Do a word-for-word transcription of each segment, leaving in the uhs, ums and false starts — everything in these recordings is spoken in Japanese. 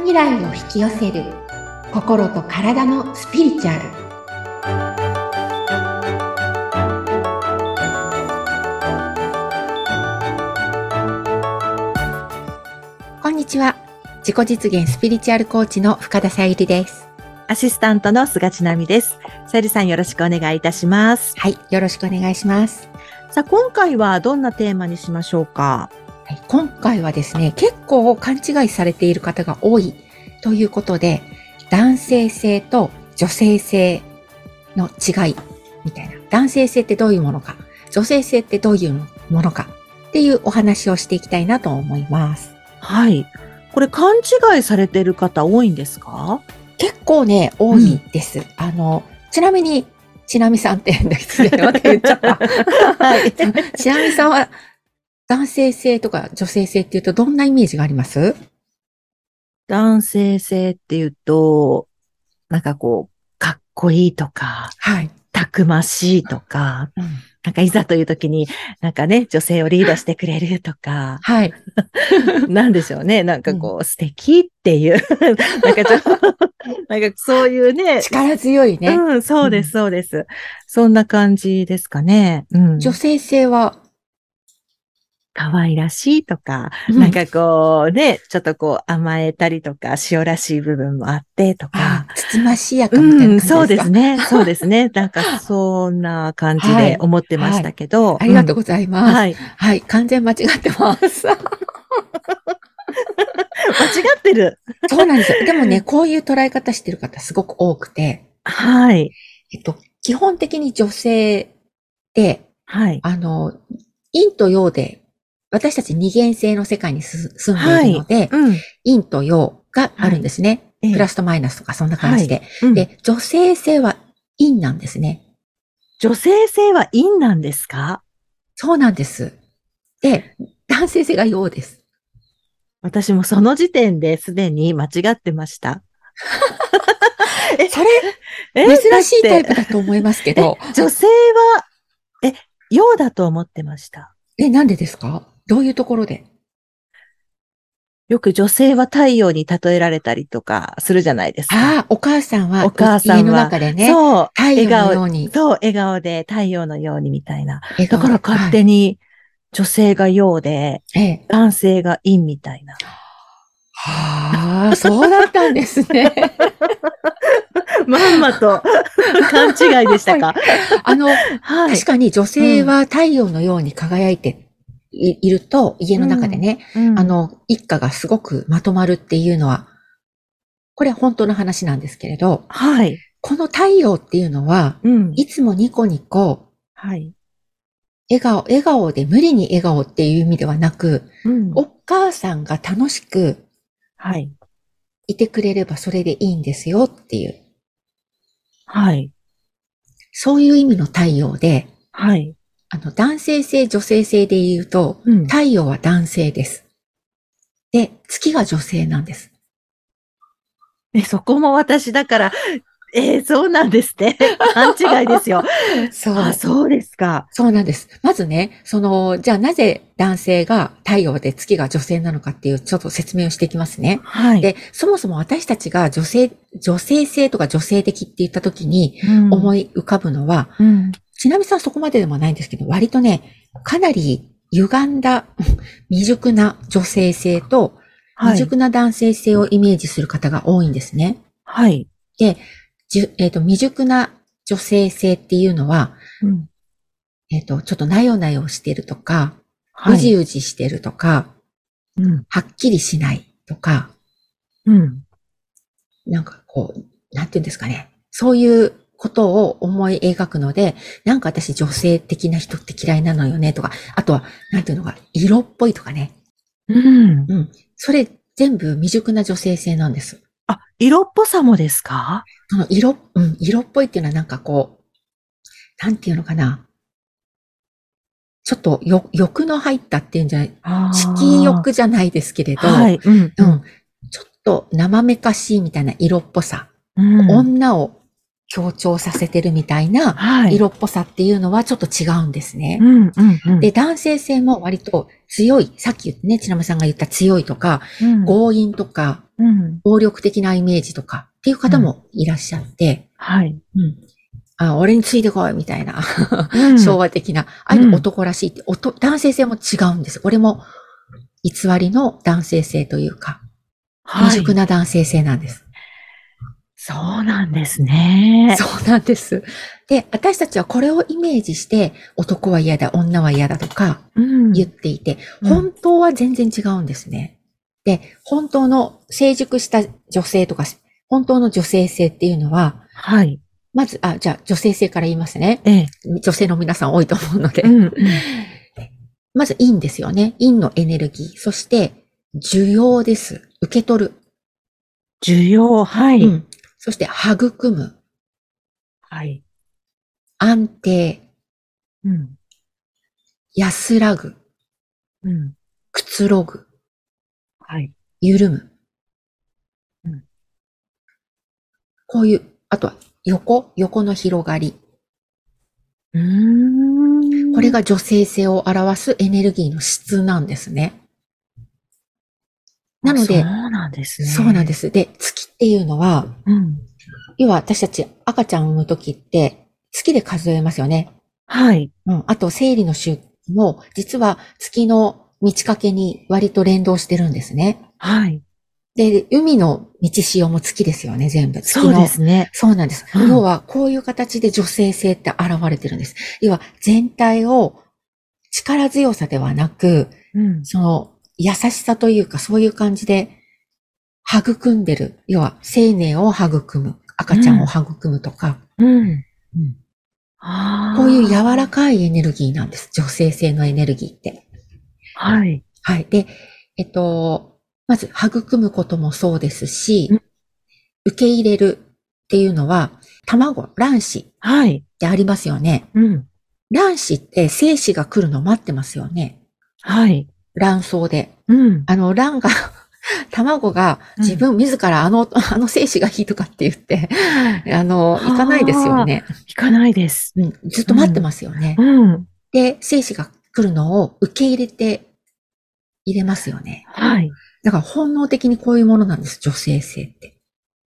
未来を引き寄せる心と体のスピリチュアル。こんにちは。自己実現スピリチュアルコーチの深田さゆりです。 アシスタントの菅千奈美です。さゆりさん、よろしくお願いいたします。 はい、よろしくお願いします。 さあ、今回はどんなテーマにしましょうか？ はい、今回はですね、結構勘違いされている方が多いということで、男性性と女性性の違いみたいな。男性性ってどういうものか、女性性ってどういうものかっていうお話をしていきたいなと思います。 はい。これ勘違いされている方多いんですか？ 結構ね、多いです。うん、あの、ちなみに、ちなみさんって変ですね。また言っちゃった。はい。ちなみさんは、男性性とか女性性っていうとどんなイメージがあります？ 男性性っていうと、なんかこう、かっこいいとか、 はい。 たくましいとか、 うん、 なんかいざという時に、なんかね、女性をリードしてくれるとか、 はい。 なんでしょうね。なんかこう、うん、素敵っていう、なんかちょっと、なんかそういうね。 力強いね。 うん、そうです、そうです、うん。そんな感じですかね。うん、 女性性は可愛らしいとか、うん、なんかこうね、ちょっとこう甘えたりとか、塩らしい部分もあってとか。 つつましやかみたいな感じですか？ うん、そうですね。そうですね。なんかそんな感じで思ってましたけど。はいはい、 ありがとうございます。 はい。 はい。完全間違ってます。間違ってる。 そうなんですよ。でもね、こういう捉え方してる方すごく多くて。 はい。 えっと、基本的に女性って、 はい。 あの、陰と陽で、私たち二元性の世界に住んでいるので、はい、うん、陰と陽があるんですね。はい、プラスとマイナスとかそんな感じで。はいうん、で、女性性は陰なんですね。 女性性は陰なんですか？ そうなんです。で、男性性が陽です。 私もその時点ですでに間違ってました。 え、それ、珍しいタイプだと思いますけど。 女性は、え、陽だと思ってました。 え、なんでですか？どういうところで？ よく女性は太陽に例えられたりとかするじゃないですか。 ああ、お母さんは、 お母さんは家の中でね、 そう、 太陽のように。 そう、笑顔で太陽のようにみたいな。だから勝手に女性が陽で、はい、男性が陰みたいな。 はあ、そうだったんですね。 まんまと勘違いでしたか？ あの、はい、確かに女性は太陽のように輝いてい、いると、家の中でね、うんうん、あの、一家がすごくまとまるっていうのは、これは本当の話なんですけれど、 はい。 この太陽っていうのは、うん、いつもニコニコ、 はい。 笑顔、笑顔で無理に笑顔っていう意味ではなく、うん、お母さんが楽しく、 はい。 いてくれればそれでいいんですよっていう。 はい。 そういう意味の太陽で、 はい。 あの、男性性、女性性で言うと、うん、太陽は男性です。で、月が女性なんです。 え、そこも私だから、えー、そうなんですね。勘違いですよ。 そう。 あ、そうですか。 そうなんです。まずね、その、じゃあなぜ男性が太陽で月が女性なのかっていうちょっと説明をしていきますね。 はい。 で、そもそも私たちが女性、女性性とか女性的って言った時に思い浮かぶのは、うん、ちなみさんそこまででもないんですけど、割とね、かなり歪んだ未熟な女性性と、未熟な男性性をイメージする方が多いんですね。 はい。 で、じゅえっと、未熟な女性性っていうのは、うん、えっと、ちょっとなよなよしてるとか、はい、うじうじしてるとか、うん、はっきりしないとか、うん、なんかこう、なんていうんですかね。そういうことを思い描くので、なんか私女性的な人って嫌いなのよねとか、あとは、なんていうのか、色っぽいとかね。うん。うん。それ全部未熟な女性性なんです。 あ、色っぽさもですか？ その色、うん、色っぽいっていうのはなんかこう、なんていうのかな。ちょっとよ欲の入ったっていうんじゃない、色欲じゃないですけれど、はい、うん、うん、ちょっと生めかしいみたいな色っぽさ、うん、女を強調させてるみたいな色っぽさっていうのはちょっと違うんですね。うんうんうん、で、男性性も割と強い、さっき言ってね、ちなみさんが言った強いとか、うん、強引とか、 うん。 暴力的なイメージとかっていう方もいらっしゃって、 はい。 うん。あ、俺についてこいみたいな、 うん、 昭和的な、ああいうの男らしいって、おと男性性も違うんです。これも偽りの男性性というか、未はい。 熟な男性性なんです。 そうなんですね。 そうなんです。で、私たちはこれをイメージして、男は嫌だ、女は嫌だとか言っていて、うん、本当は全然違うんですね。で、本当の成熟した女性とか、本当の女性性っていうのは、 はい。 まず、あ、じゃあ女性性から言いますね。 ええ、 女性の皆さん多いと思うので。 うんうん、 まず陰ですよね。陰のエネルギー。そして、需要です。受け取る。 需要、はい。うん、 そして、育む。 はい。 安定。 うん、 安らぐ。 うん、 くつろぐ。 はい。 緩む。 うん、 こういう、あとは横、横の広がり。 うーん、 これが女性性を表すエネルギーの質なんですね。なので、 そうなんですね。 そうなんです。で、月っていうのは、うん、要は私たち赤ちゃんを産むときって、月で数えますよね。 はい。 うん。あと、生理の周期も、実は月の満ち欠けに割と連動してるんですね。 はい。 で、海の満ち潮も月ですよね、全部。月の。 そうですね。 そうなんです。うん、要は、こういう形で女性性って現れてるんです。要は、全体を力強さではなく、うん、その、優しさというか、そういう感じで、育んでる。要は、生命を育む。赤ちゃんを育むとか。うん。うんこういう柔らかいエネルギーなんです。女性性のエネルギーって。 はい。 はい。で、えっと、まず育むこともそうですし、うん、受け入れるっていうのは、卵、卵子ってありますよね。はい、うん。卵子って精子が来るの待ってますよね。 はい。 卵巣で。うん。あの、卵が卵が自分自らあの、あの精子がいいとかって言って、あの、行かないですよね。 行かないです。 うん。ずっと待ってますよね。 うん。 で、精子が来るのを受け入れて入れますよね。 はい。 だから本能的にこういうものなんです、女性性って。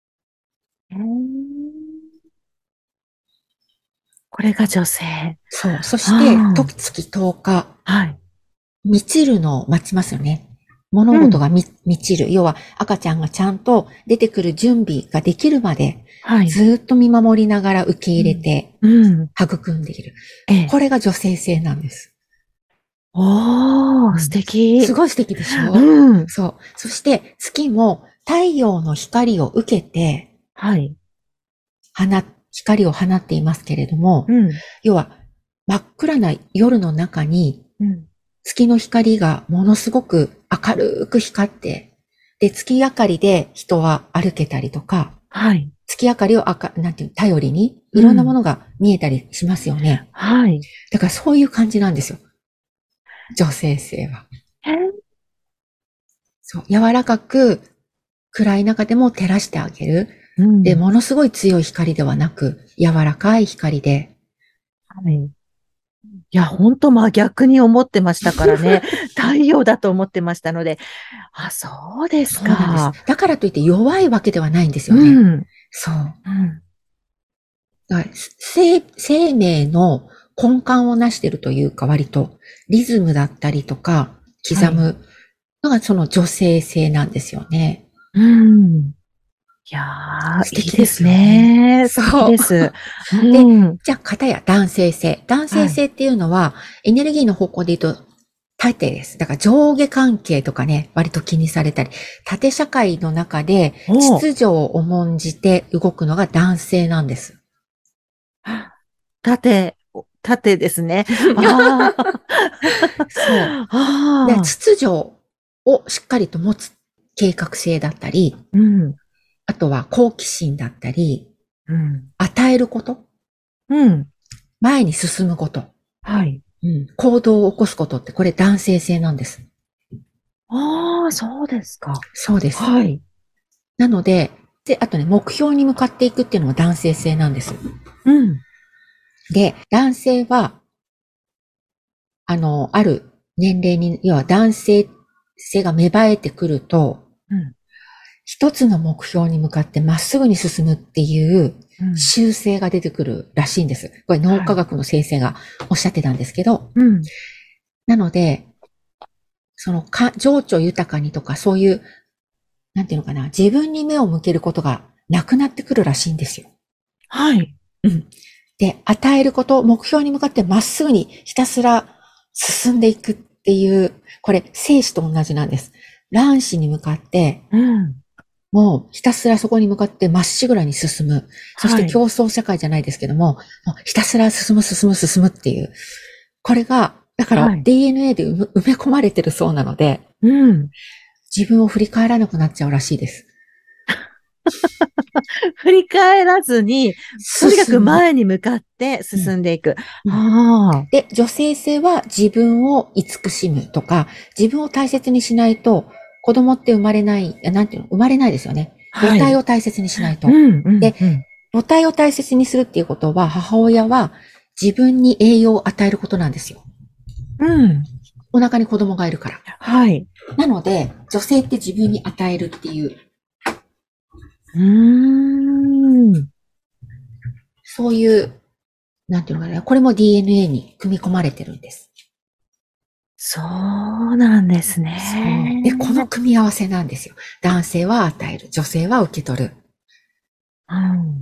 これが女性。 そう。そして、時月とおか。はい。満ちるのを待ちますよね。物事が満ちる。要は赤ちゃんがちゃんと出てくる準備ができるまで、はい、ずっと見守りながら受け入れて、育んでいる。うんうん、これが女性性なんです。 おー、うん、素敵。 すごい素敵でしょ、うん、そう。そして月も太陽の光を受けて、はい。放、光を放っていますけれども、うん、要は真っ暗な夜の中に、うん月の光がものすごく明るく光って、で、月明かりで人は歩けたりとか、はい。月明かりを赤、なんていう、頼りに、いろんなものが見えたりしますよね。うん、はい。だからそういう感じなんですよ。女性性は。そう。柔らかく、暗い中でも照らしてあげる。うん、で、ものすごい強い光ではなく、柔らかい光で。 はい。いや、ほんと真逆に思ってましたからね。太陽だと思ってましたので。あ、そうですか。そうなんです。 だからといって弱いわけではないんですよね。うん、そう。うん、だから生、生命の根幹をなしているというか、割とリズムだったりとか、刻むのがその女性性なんですよね。 はい、うん。いやー、いいですね。素敵です。 で、じゃあ、片や男性性。男性性っていうのは、はい、エネルギーの方向で言うと、縦です。だから上下関係とかね、割と気にされたり、縦社会の中で秩序を重んじて動くのが男性なんです。 縦、縦ですね。あそう。で、秩序をしっかりと持つ計画性だったり、うん、あとは好奇心だったり、うん、与えること、うん、前に進むこと、はい、うん、行動を起こすことってこれ男性性なんです。 ああ、そうですか。 そうです。はい。なので、で、あとね、目標に向かっていくっていうのも男性性なんです。うん。で、男性は、あの、ある年齢に、要は男性性が芽生えてくると、うん、 一つの目標に向かってまっすぐに進むっていう習性が出てくるらしいんです。これ脳科学の先生がおっしゃってたんですけど。 うん、 なので、そのか、情緒豊かにとかそういう、なんていうのかな、自分に目を向けることがなくなってくるらしいんですよ。 はい。 うん。で、与えること、目標に向かってまっすぐにひたすら進んでいくっていう、これ、生死と同じなんです。卵子に向かって、うん、もうひたすらそこに向かってまっしぐらに進む。そして競争社会じゃないですけども、もうひたすら進む進む進むっていう。これが、だから ディーエヌエー で埋め込まれてるそうなので、うん、自分を振り返らなくなっちゃうらしいです。 振り返らずに、とにかく前に向かって進んでいく。 うんうん、で、女性性は自分を慈しむとか、自分を大切にしないと、子供って生まれない、なんていうの、生まれないですよね。母体を大切にしないと。で、母体を大切にするっていうことは、母親は自分に栄養を与えることなんですよ。うん。お腹に子供がいるから。はい。なので、女性って自分に与えるっていう。うーん。そういう、なんていうのかな、これも ディーエヌエー に組み込まれてるんです。 そうなんですね。 で、この組み合わせなんですよ。男性は与える、女性は受け取る。うん、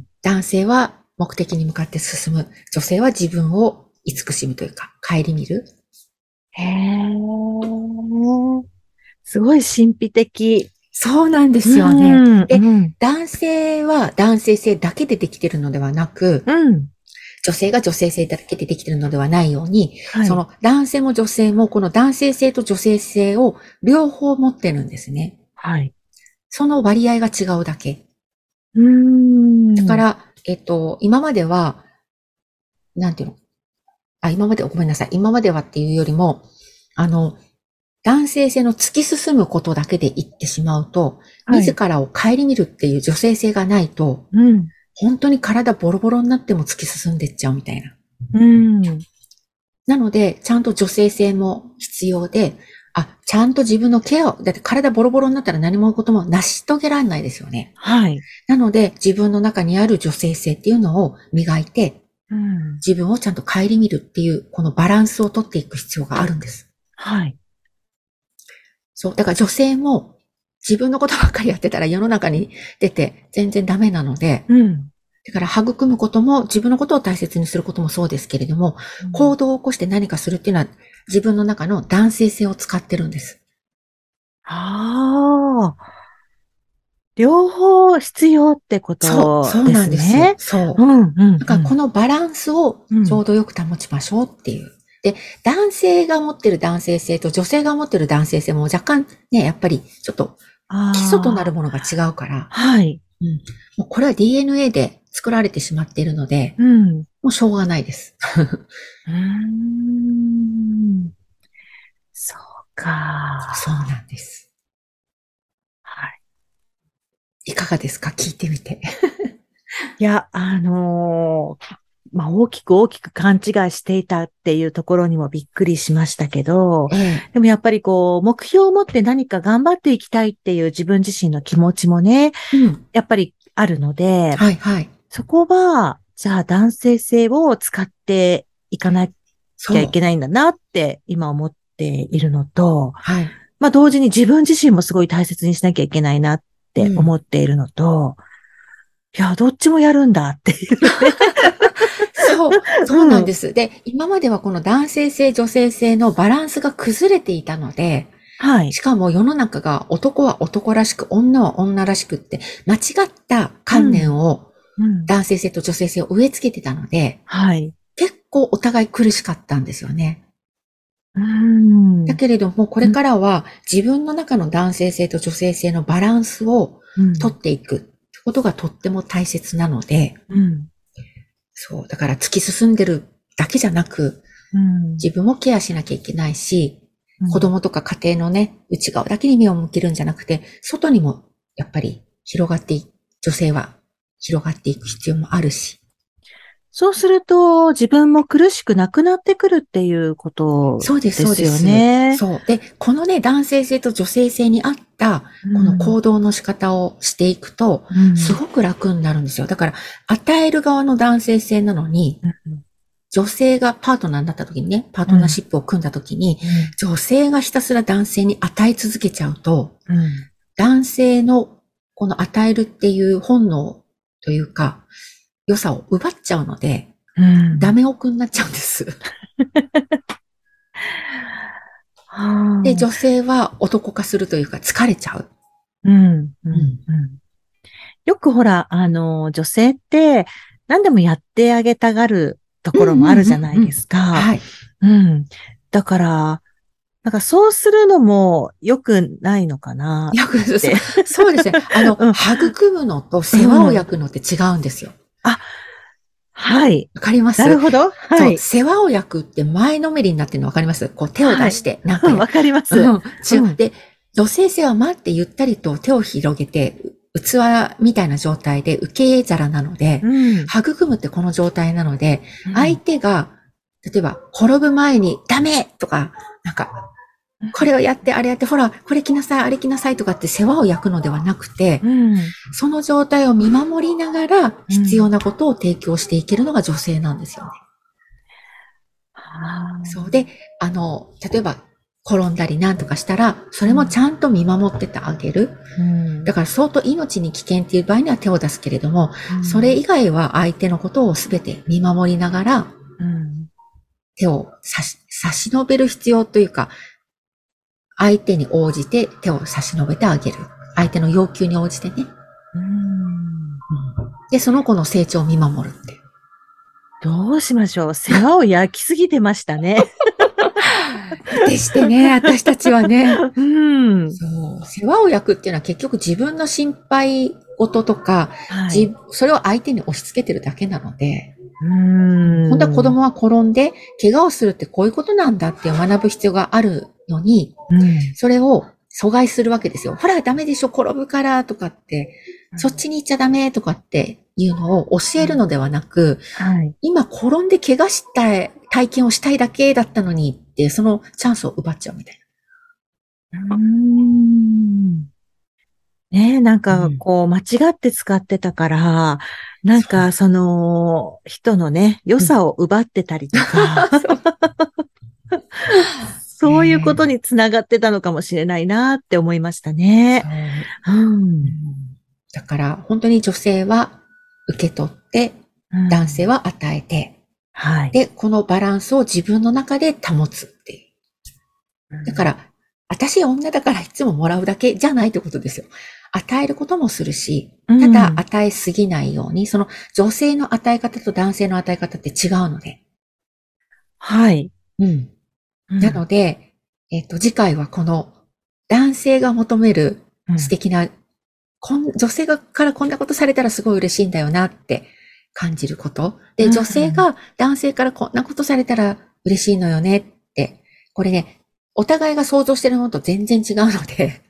男性は目的に向かって進む、女性は自分を慈しむというか、顧みる。 へー。すごい神秘的。 そうなんですよね。うん、で、うん、男性は男性性だけでできているのではなく、うん、女性が女性性だけでできているのではないように、はい、その男性も女性もこの男性性と女性性を両方持ってるんですね。はい。その割合が違うだけ。うーん。だから、えっと、今までは、なんていうのあ、今まで、ごめんなさい。今まではっていうよりも、あの、男性性の突き進むことだけで言ってしまうと、はい、自らを顧みるっていう女性性がないと、うん、本当に体ボロボロになっても突き進んでっちゃうみたいな。うん、なので、ちゃんと女性性も必要で、あ、ちゃんと自分のケアを、だって体ボロボロになったら何もことも成し遂げられないですよね。はい。なので、自分の中にある女性性っていうのを磨いて、うん、自分をちゃんと顧みるっていう、このバランスをとっていく必要があるんです。はい。そう。だから女性も自分のことばっかりやってたら世の中に出て全然ダメなので、うん。だから育むことも自分のことを大切にすることもそうですけれども、うん、行動を起こして何かするっていうのは自分の中の男性性を使ってるんです。 ああ。両方必要ってことですね。そう、 そうなんですよ。そう。うん、うん。だからこのバランスをちょうどよく保ちましょうっていう。うん、で、男性が持ってる男性性と女性が持ってる男性性も若干ね、やっぱりちょっと基礎となるものが違うから。はい。うん。もうこれは ディーエヌエー で作られてしまっているので、うん、もうしょうがないです。うーん。 そうか。 そうなんです。はい。いかがですか？聞いてみて。 いや、あのー、まあ、大きく大きく勘違いしていたっていうところにもびっくりしましたけど、ええ、でもやっぱりこう、目標を持って何か頑張っていきたいっていう自分自身の気持ちもね、うん、やっぱりあるので、はいはい、そこは、じゃあ男性性を使っていかなきゃいけないんだなって今思っているのと、はい、まあ同時に自分自身もすごい大切にしなきゃいけないなって思っているのと、うんいや、どっちもやるんだっていう、ね。 そう、そうなんです、うん。で、今まではこの男性性、女性性のバランスが崩れていたので、はい。しかも世の中が男は男らしく、女は女らしくって、間違った観念を、男性性と女性性を植え付けてたので、はい。結構お互い苦しかったんですよね。うん。だけれども、これからは自分の中の男性性と女性性のバランスを取っていく。うんことがとっても大切なので、うん、そう、だから突き進んでるだけじゃなく、うん、自分をケアしなきゃいけないし、うん、子供とか家庭のね、内側だけに目を向けるんじゃなくて、外にもやっぱり広がってい、女性は広がっていく必要もあるし。 そうすると、自分も苦しくなくなってくるっていうことですよね。 そうです、そうです。そう。で、このね、男性性と女性性にあった、この行動の仕方をしていくと、すごく楽になるんですよ。だから、与える側の男性性なのに、女性がパートナーになった時にね、パートナーシップを組んだ時に、女性がひたすら男性に与え続けちゃうと、男性のこの与えるっていう本能というか、良さを奪っちゃうので、ダメ男になっちゃうんです。で、女性は男化するというか疲れちゃう。 うんうんうん、よくほら、あの、女性って何でもやってあげたがるところもあるじゃないですか。 はい。 うん。だから、なんかそうするのも良くないのかなよくそう、そうですね。あの、うん、育むのと世話を焼くのって違うんですよ。うん、 あ、はい。 わかります？ なるほど。はい。 そう、世話を焼くって前のめりになってるのわかります？こう手を出して、はい、なんか。 わかります。 うん。違う。で、女性性は待ってゆったりと手を広げて、器みたいな状態で受け皿なので、うん、育むってこの状態なので、うん、相手が、例えば転ぶ前にダメとか、なんか、これをやって、あれやって、ほら、これ着なさい、あれ着なさいとかって世話を焼くのではなくて、うん、その状態を見守りながら必要なことを提供していけるのが女性なんですよね。うん、そうで、あの、例えば転んだりなんとかしたら、それもちゃんと見守っててあげる。うん、だから相当命に危険っていう場合には手を出すけれども、うん、それ以外は相手のことをすべて見守りながら、うん、手を差し、差し伸べる必要というか、相手に応じて手を差し伸べてあげる。相手の要求に応じてね。うーんで、その子の成長を見守るって。 どうしましょう。世話を焼きすぎてましたね。 でしてね、私たちはね。うん。そう。世話を焼くっていうのは結局自分の心配事とか、はい、それを相手に押し付けてるだけなので。うーん本当は子供は転んで、怪我をするってこういうことなんだって学ぶ必要があるのに、うん、それを阻害するわけですよ。ほら、ダメでしょ、転ぶからとかって、うん、そっちに行っちゃダメとかっていうのを教えるのではなく、うんはい、今転んで怪我したい、体験をしたいだけだったのにって、そのチャンスを奪っちゃうみたいな。うーんねえ、なんか、こう、間違って使ってたから、うん、なんか、その、人のね、良さを奪ってたりとか、うん、そういうことにつながってたのかもしれないなって思いましたね。 そううん、だから、本当に女性は受け取って、うん、男性は与えて、はい、で、このバランスを自分の中で保つっていう。だから、私女だからいつももらうだけじゃないってことですよ。与えることもするし、ただ与えすぎないように、うん、その女性の与え方と男性の与え方って違うので。 はい。 うん。うん、なので、えっと、次回はこの男性が求める素敵な、うん、こん女性からこんなことされたらすごい嬉しいんだよなって感じること。で、女性が男性からこんなことされたら嬉しいのよねって。これね、お互いが想像してるものと全然違うので。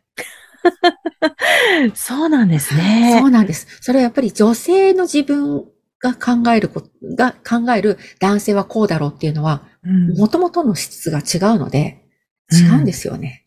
そうなんですね。 そうなんです。それはやっぱり女性の自分が考えること、が考える男性はこうだろうっていうのは、もともとの質が違うので、違うんですよね。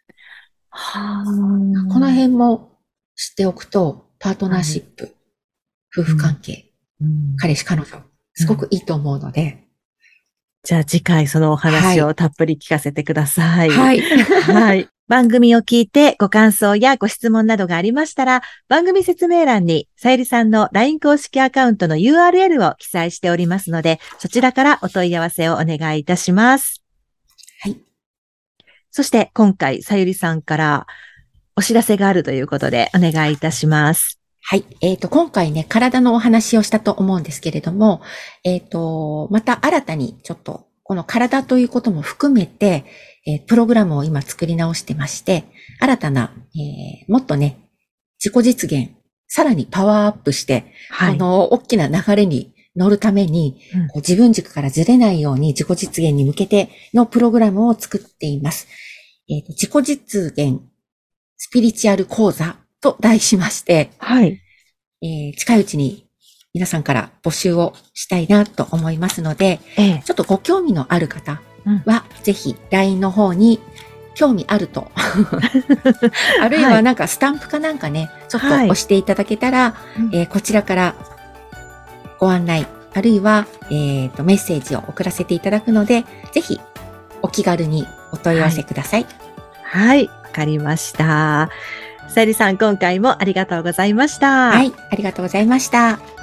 うん、この辺も知っておくと、パートナーシップ、はい、夫婦関係、うん、彼氏彼女、すごくいいと思うので、うんじゃあ次回そのお話をたっぷり聞かせてください。 はい。 はい。番組を聞いてご感想やご質問などがありましたら、番組説明欄にさゆりさんの ライン 公式アカウントの ユーアールエル を記載しておりますので、そちらからお問い合わせをお願いいたします。 はい。 そして今回さゆりさんからお知らせがあるということでお願いいたします。 はい。えっと、今回ね、体のお話をしたと思うんですけれども、えっと、また新たにちょっと、この体ということも含めて、えー、プログラムを今作り直してまして、新たな、えー、もっとね、自己実現、さらにパワーアップして、はい、この大きな流れに乗るために、うん、こう自分軸からずれないように自己実現に向けてのプログラムを作っています。えーと、自己実現スピリチュアル講座と題しまして、はい。えー、近いうちに皆さんから募集をしたいなと思いますので、ええ、ちょっとご興味のある方は、うん、ぜひ ライン の方に興味あると。あるいはなんかスタンプかなんかね、ちょっと押していただけたら、はい、えー、こちらからご案内、あるいは、えっと、メッセージを送らせていただくので、ぜひお気軽にお問い合わせください。 はい、わ、はい、かりました。さゆりさん、今回もありがとうございました。 はい、ありがとうございました。